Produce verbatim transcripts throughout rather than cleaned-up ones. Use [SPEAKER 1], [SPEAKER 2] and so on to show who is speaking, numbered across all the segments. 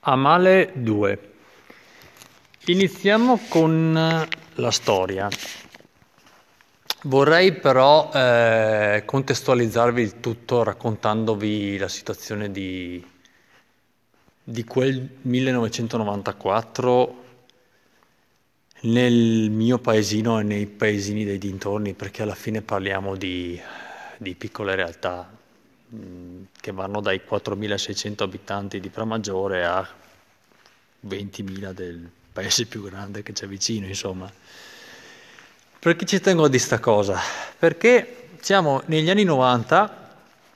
[SPEAKER 1] A male due. Iniziamo con la storia. Vorrei però eh, contestualizzarvi il tutto raccontandovi la situazione di, di quel millenovecentonovantaquattro nel mio paesino e nei paesini dei dintorni, perché alla fine parliamo di, di piccole realtà mh, che vanno dai quattromilaseicento abitanti di Pramaggiore a ventimila del paese più grande che c'è vicino, insomma. Perché ci tengo a dire sta cosa? Perché siamo negli anni novanta,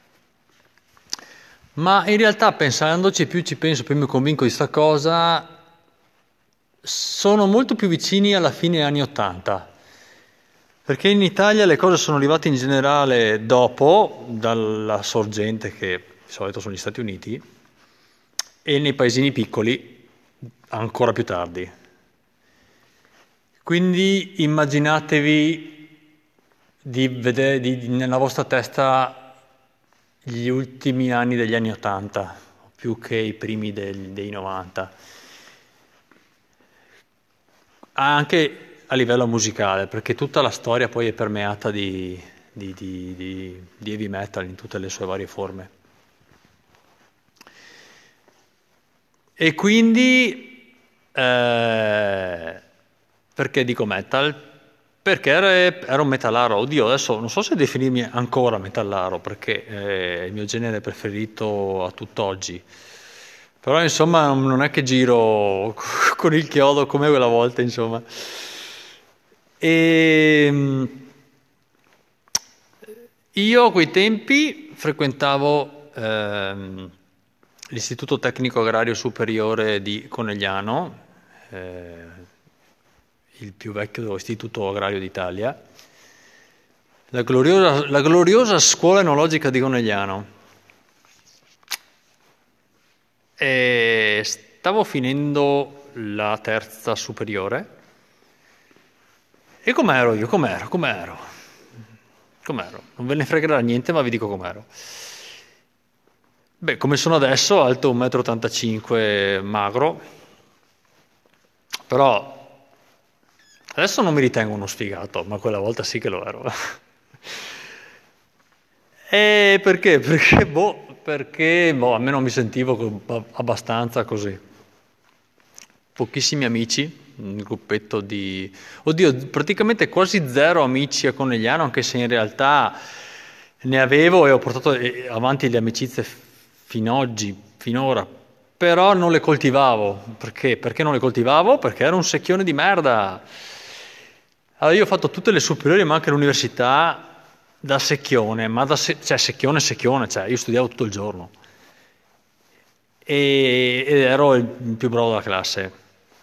[SPEAKER 1] ma in realtà pensandoci, più ci penso, più mi convinco di sta cosa, sono molto più vicini alla fine anni ottanta. Perché in Italia le cose sono arrivate in generale dopo, dalla sorgente che di solito sono gli Stati Uniti, e nei paesini piccoli ancora più tardi. Quindi immaginatevi di vedere di, di, nella vostra testa gli ultimi anni degli anni ottanta, più che i primi del, dei novanta. Anche a livello musicale, perché tutta la storia poi è permeata di, di, di, di, di heavy metal in tutte le sue varie forme. E quindi, eh, perché dico metal? Perché ero, ero un metallaro. Oddio, adesso non so se definirmi ancora metallaro, perché è il mio genere preferito a tutt'oggi. Però insomma non è che giro con il chiodo come quella volta, insomma. E io a quei tempi frequentavo ehm, l'Istituto Tecnico Agrario Superiore di Conegliano, eh, il più vecchio istituto agrario d'Italia, la gloriosa, la gloriosa scuola enologica di Conegliano. E stavo finendo la terza superiore. E com'ero io? Com'ero? Com'ero? Com'ero? Non ve ne fregherà niente, ma vi dico com'ero. Beh, come sono adesso, alto uno virgola ottantacinque m, magro, però adesso non mi ritengo uno sfigato, ma quella volta sì che lo ero. E perché? Perché, boh, perché, boh, almeno mi sentivo abbastanza così. Pochissimi amici, un gruppetto di... Oddio, praticamente quasi zero amici a Conegliano, anche se in realtà ne avevo e ho portato avanti le amicizie fino ad oggi, finora, però non le coltivavo. Perché? Perché non le coltivavo? Perché ero un secchione di merda. Allora io ho fatto tutte le superiori, ma anche l'università da secchione, ma da se... cioè secchione secchione, cioè io studiavo tutto il giorno. E... ed ero il più bravo della classe.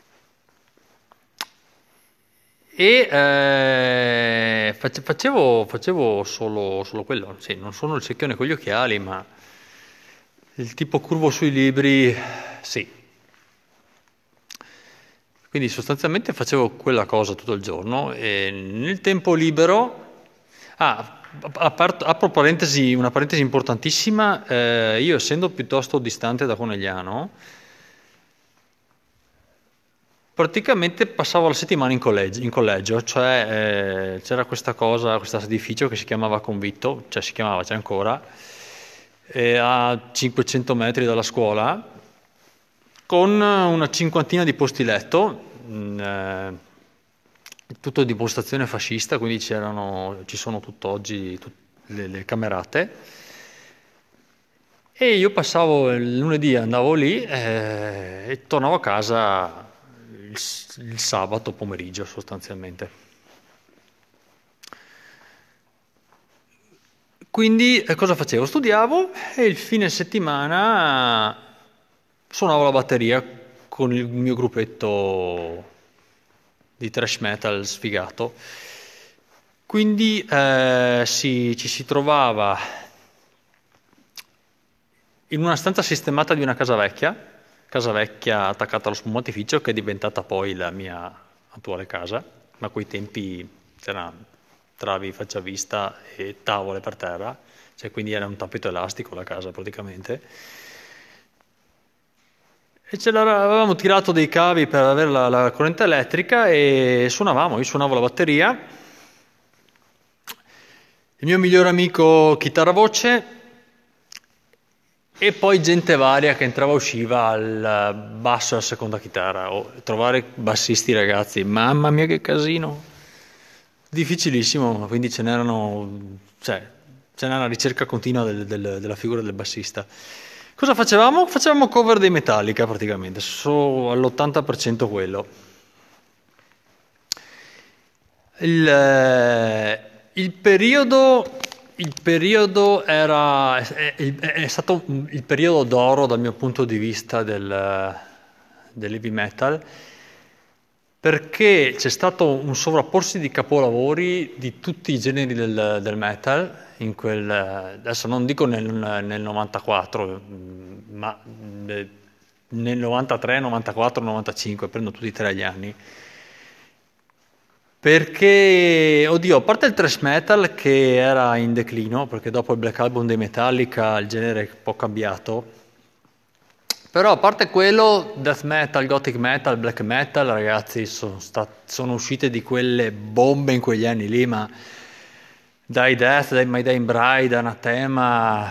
[SPEAKER 1] E eh, face- facevo, facevo solo, solo quello, sì, non sono il secchione con gli occhiali, ma il tipo curvo sui libri, sì. Quindi sostanzialmente facevo quella cosa tutto il giorno e nel tempo libero... Ah, a part- apro parentesi, una parentesi importantissima, eh, io essendo piuttosto distante da Conegliano, praticamente passavo la settimana in collegio, in collegio, cioè eh, c'era questa cosa, questo edificio che si chiamava Convitto, cioè si chiamava, c'è ancora, eh, a cinquecento metri dalla scuola, con una cinquantina di posti letto, mh, eh, tutto di postazione fascista, quindi c'erano, ci sono tutt'oggi tut- le, le camerate. E io passavo il lunedì, andavo lì eh, e tornavo a casa il, s- il sabato pomeriggio sostanzialmente. Quindi eh, cosa facevo? Studiavo e il fine settimana suonavo la batteria con il mio gruppetto di thrash metal sfigato. Quindi eh, si- ci si trovava in una stanza sistemata di una casa vecchia, casa vecchia attaccata allo spumatrificio, che è diventata poi la mia attuale casa, ma a quei tempi c'erano travi facciavista e tavole per terra, cioè quindi era un tappeto elastico la casa praticamente. E ce l'aveva- avevamo tirato dei cavi per avere la, la corrente elettrica e suonavamo, io suonavo la batteria, il mio migliore amico chitarra voce e poi gente varia che entrava e usciva al basso e alla seconda chitarra. O trovare bassisti ragazzi, mamma mia che casino! Difficilissimo, quindi ce n'erano, cioè, c'era una ricerca continua del- del- della figura del bassista. Cosa facevamo? Facevamo cover dei Metallica praticamente, so all'ottanta per cento quello. Il, eh, il periodo, il periodo era, è, è- è stato un- il periodo d'oro dal mio punto di vista del, dell'heavy metal, perché c'è stato un sovrapporsi di capolavori di tutti i generi del, del metal, in quel, adesso non dico nel, nel novantaquattro, mm, ma eh, nel novantatré, novantaquattro, novantacinque, prendo tutti e tre gli anni. Perché, oddio, a parte il thrash metal che era in declino, perché dopo il Black Album dei Metallica il genere è un po' cambiato, però a parte quello, death metal, gothic metal, black metal, ragazzi, sono, sta- sono uscite di quelle bombe in quegli anni lì, ma dai Death, dai My Dying Bride, Anathema,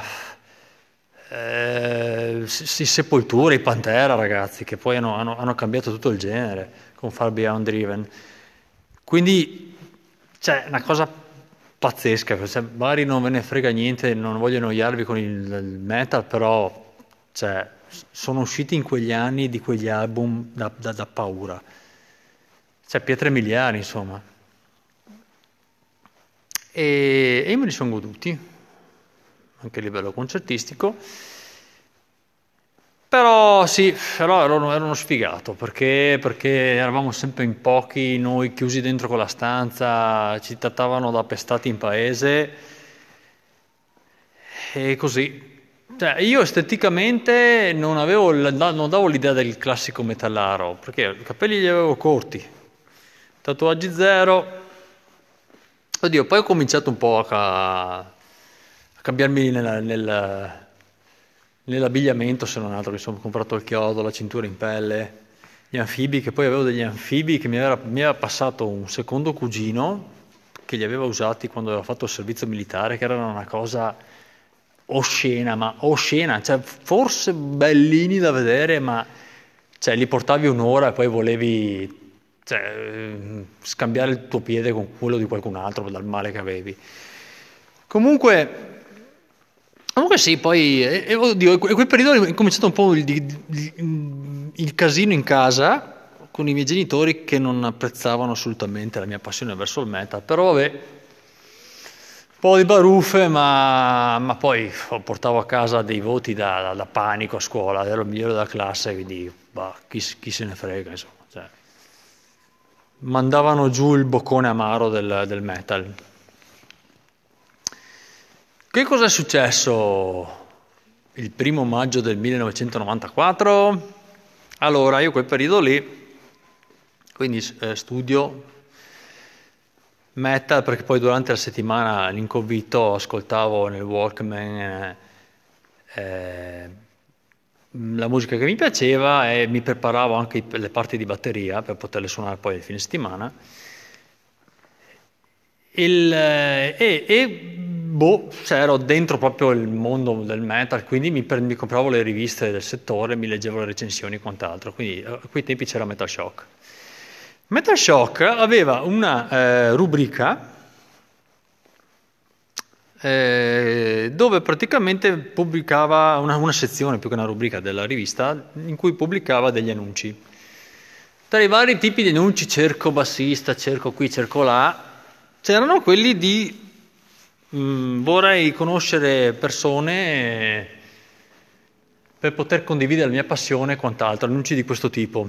[SPEAKER 1] eh, sì, sì, Sepoltura, i Pantera, ragazzi, che poi hanno, hanno- hanno cambiato tutto il genere con Far Beyond Driven. Quindi, cioè, una cosa pazzesca, cioè, magari non ve ne frega niente, non voglio annoiarvi con il, il metal, però, cioè, s- sono usciti in quegli anni di quegli album da, da- da paura. Cioè, pietre miliari, insomma. E, e io me li sono goduti, anche a livello concertistico. Però sì, però ero, ero uno sfigato perché, perché eravamo sempre in pochi, noi chiusi dentro quella stanza, ci trattavano da pestati in paese e così. Cioè, io esteticamente non avevo, il- non davo l'idea del classico metallaro, perché i capelli li avevo corti, tatuaggi zero. Oddio, poi ho cominciato un po' a, ca- a cambiarmi nella- nel- nell'abbigliamento, se non altro, mi sono comprato il chiodo, la cintura in pelle, gli anfibi, che poi avevo degli anfibi che mi aveva, mi aveva passato un secondo cugino che li aveva usati quando aveva fatto il servizio militare, che erano una cosa oscena, ma oscena, cioè forse bellini da vedere, ma cioè, li portavi un'ora e poi volevi cioè, eh, scambiare il tuo piede con quello di qualcun altro dal male che avevi. Comunque, comunque sì, poi, eh, eh, oddio, in que- in quel periodo è cominciato un po' il, il- il casino in casa con i miei genitori che non apprezzavano assolutamente la mia passione verso il metal, però vabbè, un po' di baruffe, ma, ma poi oh, portavo a casa dei voti da, da- da panico a scuola, ero il migliore della classe, quindi bah, chi, s- chi se ne frega, insomma. Cioè, mandavano giù il boccone amaro del, del metal. Che cosa è successo il primo maggio del millenovecentonovantaquattro? Allora, io quel periodo lì, quindi eh, studio metal perché poi durante la settimana all'inconvito ascoltavo nel Walkman eh, eh, la musica che mi piaceva e mi preparavo anche i- le parti di batteria per poterle suonare poi il fine settimana. Il, eh, e, e, boh, cioè, ero dentro proprio il mondo del metal, quindi mi, pre- mi compravo le riviste del settore, mi leggevo le recensioni e quant'altro. Quindi eh, a quei tempi c'era Metal Shock. Metal Shock aveva una eh, rubrica eh, dove praticamente pubblicava una, una sezione più che una rubrica della rivista in cui pubblicava degli annunci. Tra i vari tipi di annunci, cerco bassista, cerco qui, cerco là, c'erano quelli di mm, vorrei conoscere persone eh, per poter condividere la mia passione e quant'altro, annunci di questo tipo.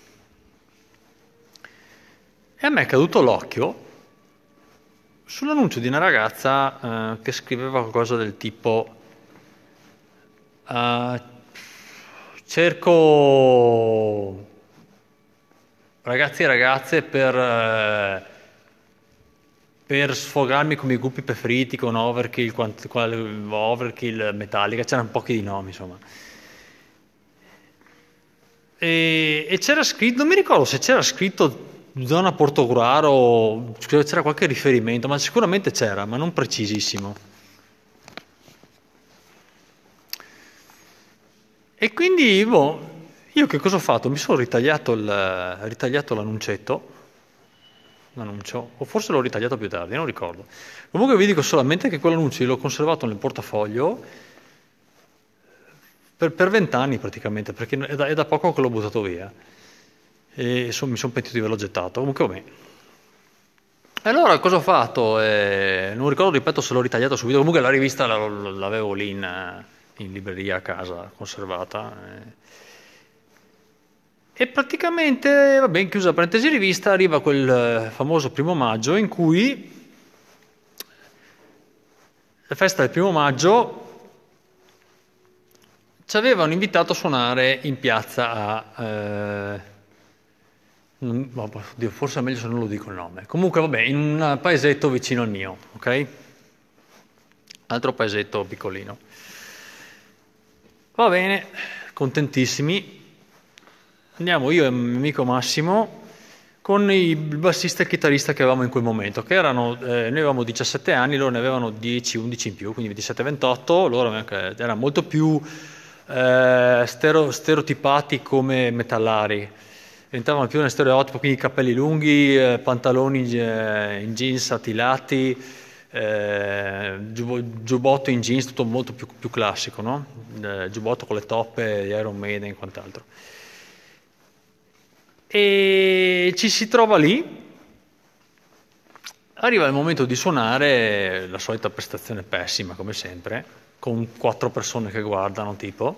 [SPEAKER 1] E a me è caduto l'occhio sull'annuncio di una ragazza eh, che scriveva qualcosa del tipo eh, cerco ragazzi e ragazze per, eh, per sfogarmi con i miei gruppi preferiti, con Overkill, quant- qual- Overkill, Metallica, c'erano pochi di nomi, insomma. e, e c'era scritto, non mi ricordo se c'era scritto zona Portogruaro, c'era qualche riferimento, ma sicuramente c'era, ma non precisissimo. E quindi, boh, io che cosa ho fatto? Mi sono ritagliato il- ritagliato l'annuncetto, l'annuncio, o forse l'ho ritagliato più tardi, non ricordo. Comunque vi dico solamente che quell'annuncio io l'ho conservato nel portafoglio per per vent'anni praticamente, perché è da, è da poco che l'ho buttato via. E son- mi sono pentito di averlo gettato. Comunque, vabbè. E allora cosa ho fatto? Eh, non ricordo, ripeto, se l'ho ritagliato subito. Comunque la rivista la- l'avevo lì in, eh, in libreria a casa, conservata. eh. E praticamente, va bene, chiusa la parentesi rivista, arriva quel eh, famoso primo maggio in cui, la festa del primo maggio, ci avevano invitato a suonare in piazza a... eh, non- no, oddio, forse è meglio se non lo dico il nome. Comunque, vabbè, in un paesetto vicino al mio, ok? Altro paesetto piccolino. Va bene, contentissimi. Andiamo io e il mio amico Massimo con il bassista e il chitarrista che avevamo in quel momento, che erano, eh, noi avevamo diciassette anni, loro ne avevano dieci undici in più, quindi ventisette ventotto, loro eh, erano molto più eh, stero- stereotipati come metallari, diventavano più nel stereotipo, quindi capelli lunghi, eh, pantaloni eh, in jeans attilati, eh, giubbo- giubbotto in jeans, tutto molto più, più classico, no? Eh, giubbotto con le toppe, gli Iron Maiden e quant'altro. E ci si trova lì, arriva il momento di suonare, la solita prestazione pessima come sempre, con quattro persone che guardano tipo.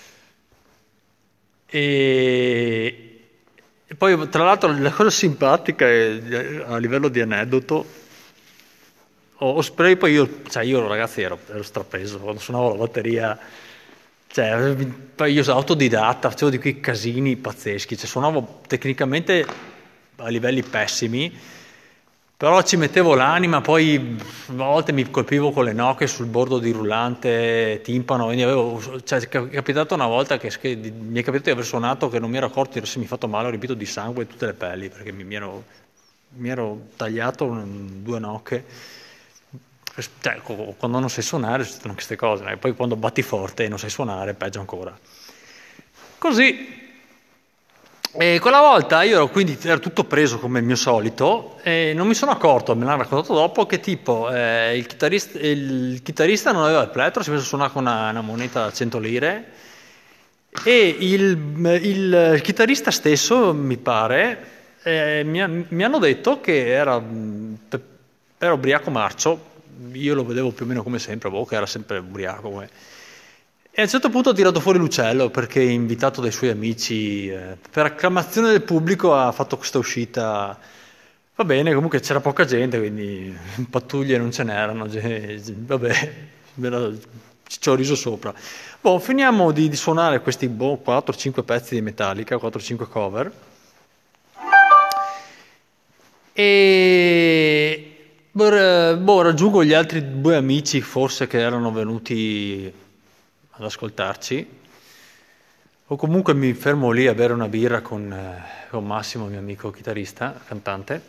[SPEAKER 1] E, e poi tra l'altro la cosa simpatica è, a livello di aneddoto, ho, ho spray, poi io, cioè io ragazzi ero, ero strapreso, quando suonavo la batteria, cioè, poi io sono autodidatta, facevo di quei casini pazzeschi, cioè suonavo tecnicamente a livelli pessimi, però ci mettevo l'anima, poi a volte mi colpivo con le noche sul bordo di rullante, timpano, quindi avevo, cioè, è capitato una volta che, che mi è capitato di aver suonato che non mi ero accorto di essermi fatto male, ho riempito di sangue tutte le pelli, perché mi, mi ero, mi ero tagliato un- due nocche. Cioè, co- quando non sai suonare succedono queste cose, no? E poi quando batti forte e non sai suonare, peggio ancora. Così, e quella volta io ero quindi ero tutto preso come il mio solito e non mi sono accorto, me l'hanno raccontato dopo, che tipo eh, il chitarrista, il chitarrista non aveva il plettro, si è messo a suonare con una, una moneta da cento lire e il, il- il chitarrista stesso, mi pare, eh, mi, ha- mi hanno detto che era, mh, pe- era ubriaco marcio, io lo vedevo più o meno come sempre, boh, che era sempre ubriaco. come- E a un certo punto ha tirato fuori l'uccello perché invitato dai suoi amici, eh, per acclamazione del pubblico ha fatto questa uscita. Va bene, comunque c'era poca gente, quindi pattuglie non ce n'erano, ge- ge- vabbè, me la- ci ho riso sopra. Boh, finiamo di, di suonare questi boh, quattro cinque pezzi di Metallica, quattro cinque cover. E boh, boh, raggiungo gli altri due amici, forse che erano venuti ad ascoltarci, o comunque mi fermo lì a bere una birra con, eh, con Massimo, mio amico chitarrista, cantante,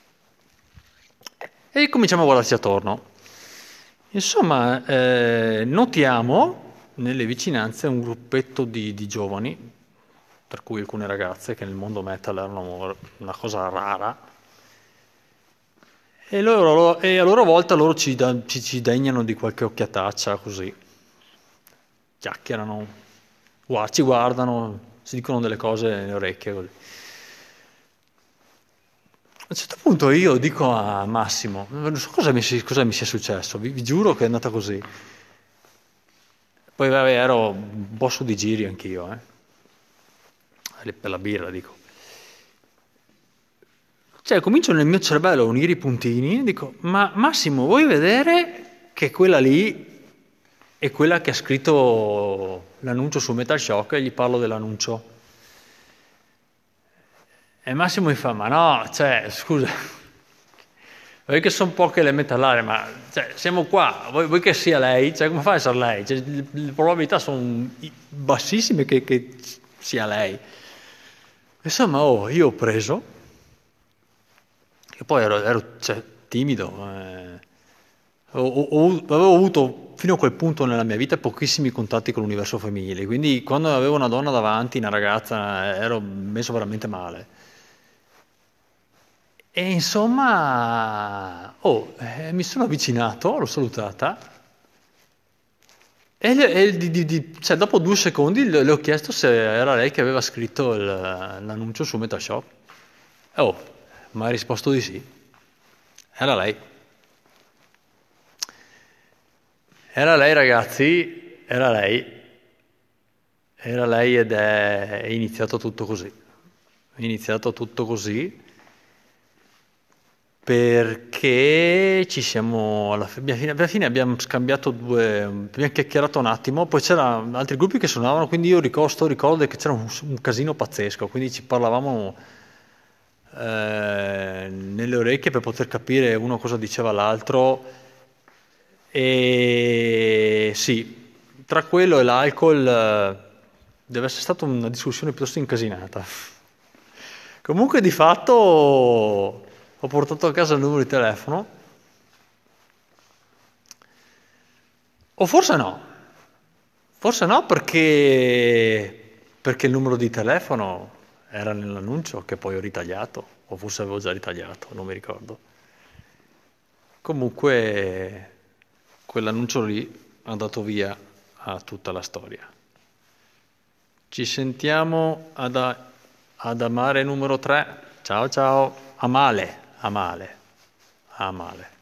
[SPEAKER 1] e cominciamo a guardarci attorno. Insomma, eh, notiamo nelle vicinanze un gruppetto di, di giovani, tra cui alcune ragazze che nel mondo metal erano una cosa rara, e, loro- e a loro volta loro ci, da- ci- ci degnano di qualche occhiataccia così, chiacchierano, gua- ci guardano, si dicono delle cose nelle orecchie così. A un certo punto io dico a Massimo, non so cosa mi, si- cosa mi sia successo, vi, vi giuro che è andata così. Poi vabbè, ero un po' su di giri anch'io, eh, per la birra dico. Cioè, comincio nel mio cervello a unire i puntini e dico, ma Massimo, vuoi vedere che quella lì è quella che ha scritto l'annuncio su Metal Shock? E gli parlo dell'annuncio. E Massimo mi fa, ma no, cioè, scusa, vuoi che sono poche le metallare, ma cioè, siamo qua, vuoi, vuoi che sia lei? Cioè, come fa a essere lei? Cioè, le, le probabilità sono i- bassissime che, che sia lei. Insomma, oh, io ho preso, e poi ero, ero, cioè, timido. eh. Ho- ho- ho- avevo avuto fino a quel punto nella mia vita pochissimi contatti con l'universo femminile, quindi quando avevo una donna davanti, una ragazza, eh, ero messo veramente male. E insomma, oh, eh, mi sono avvicinato, l'ho salutata e, le- e di- di- di- cioè, dopo due secondi le, le ho chiesto se era lei che aveva scritto il- l'annuncio su Metashop. E oh, mi ha risposto di sì. Era lei. Era lei, ragazzi, era lei. Era lei ed è, è iniziato tutto così. È iniziato tutto così perché ci siamo, alla fi- alla fine, alla fine abbiamo scambiato due, abbiamo chiacchierato un attimo, poi c'erano altri gruppi che suonavano, quindi io ricordo, ricordo che c'era un, un casino pazzesco, quindi ci parlavamo eh, nelle orecchie per poter capire uno cosa diceva l'altro e sì, tra quello e l'alcol eh, deve essere stata una discussione piuttosto incasinata. Comunque di fatto ho portato a casa il numero di telefono, o forse no, forse no perché, perché il numero di telefono era nell'annuncio che poi ho ritagliato, o forse avevo già ritagliato, non mi ricordo. Comunque quell'annuncio lì ha dato via a tutta la storia. Ci sentiamo ad, a- ad Amare numero tre. Ciao ciao. Amale, Amale, Amale.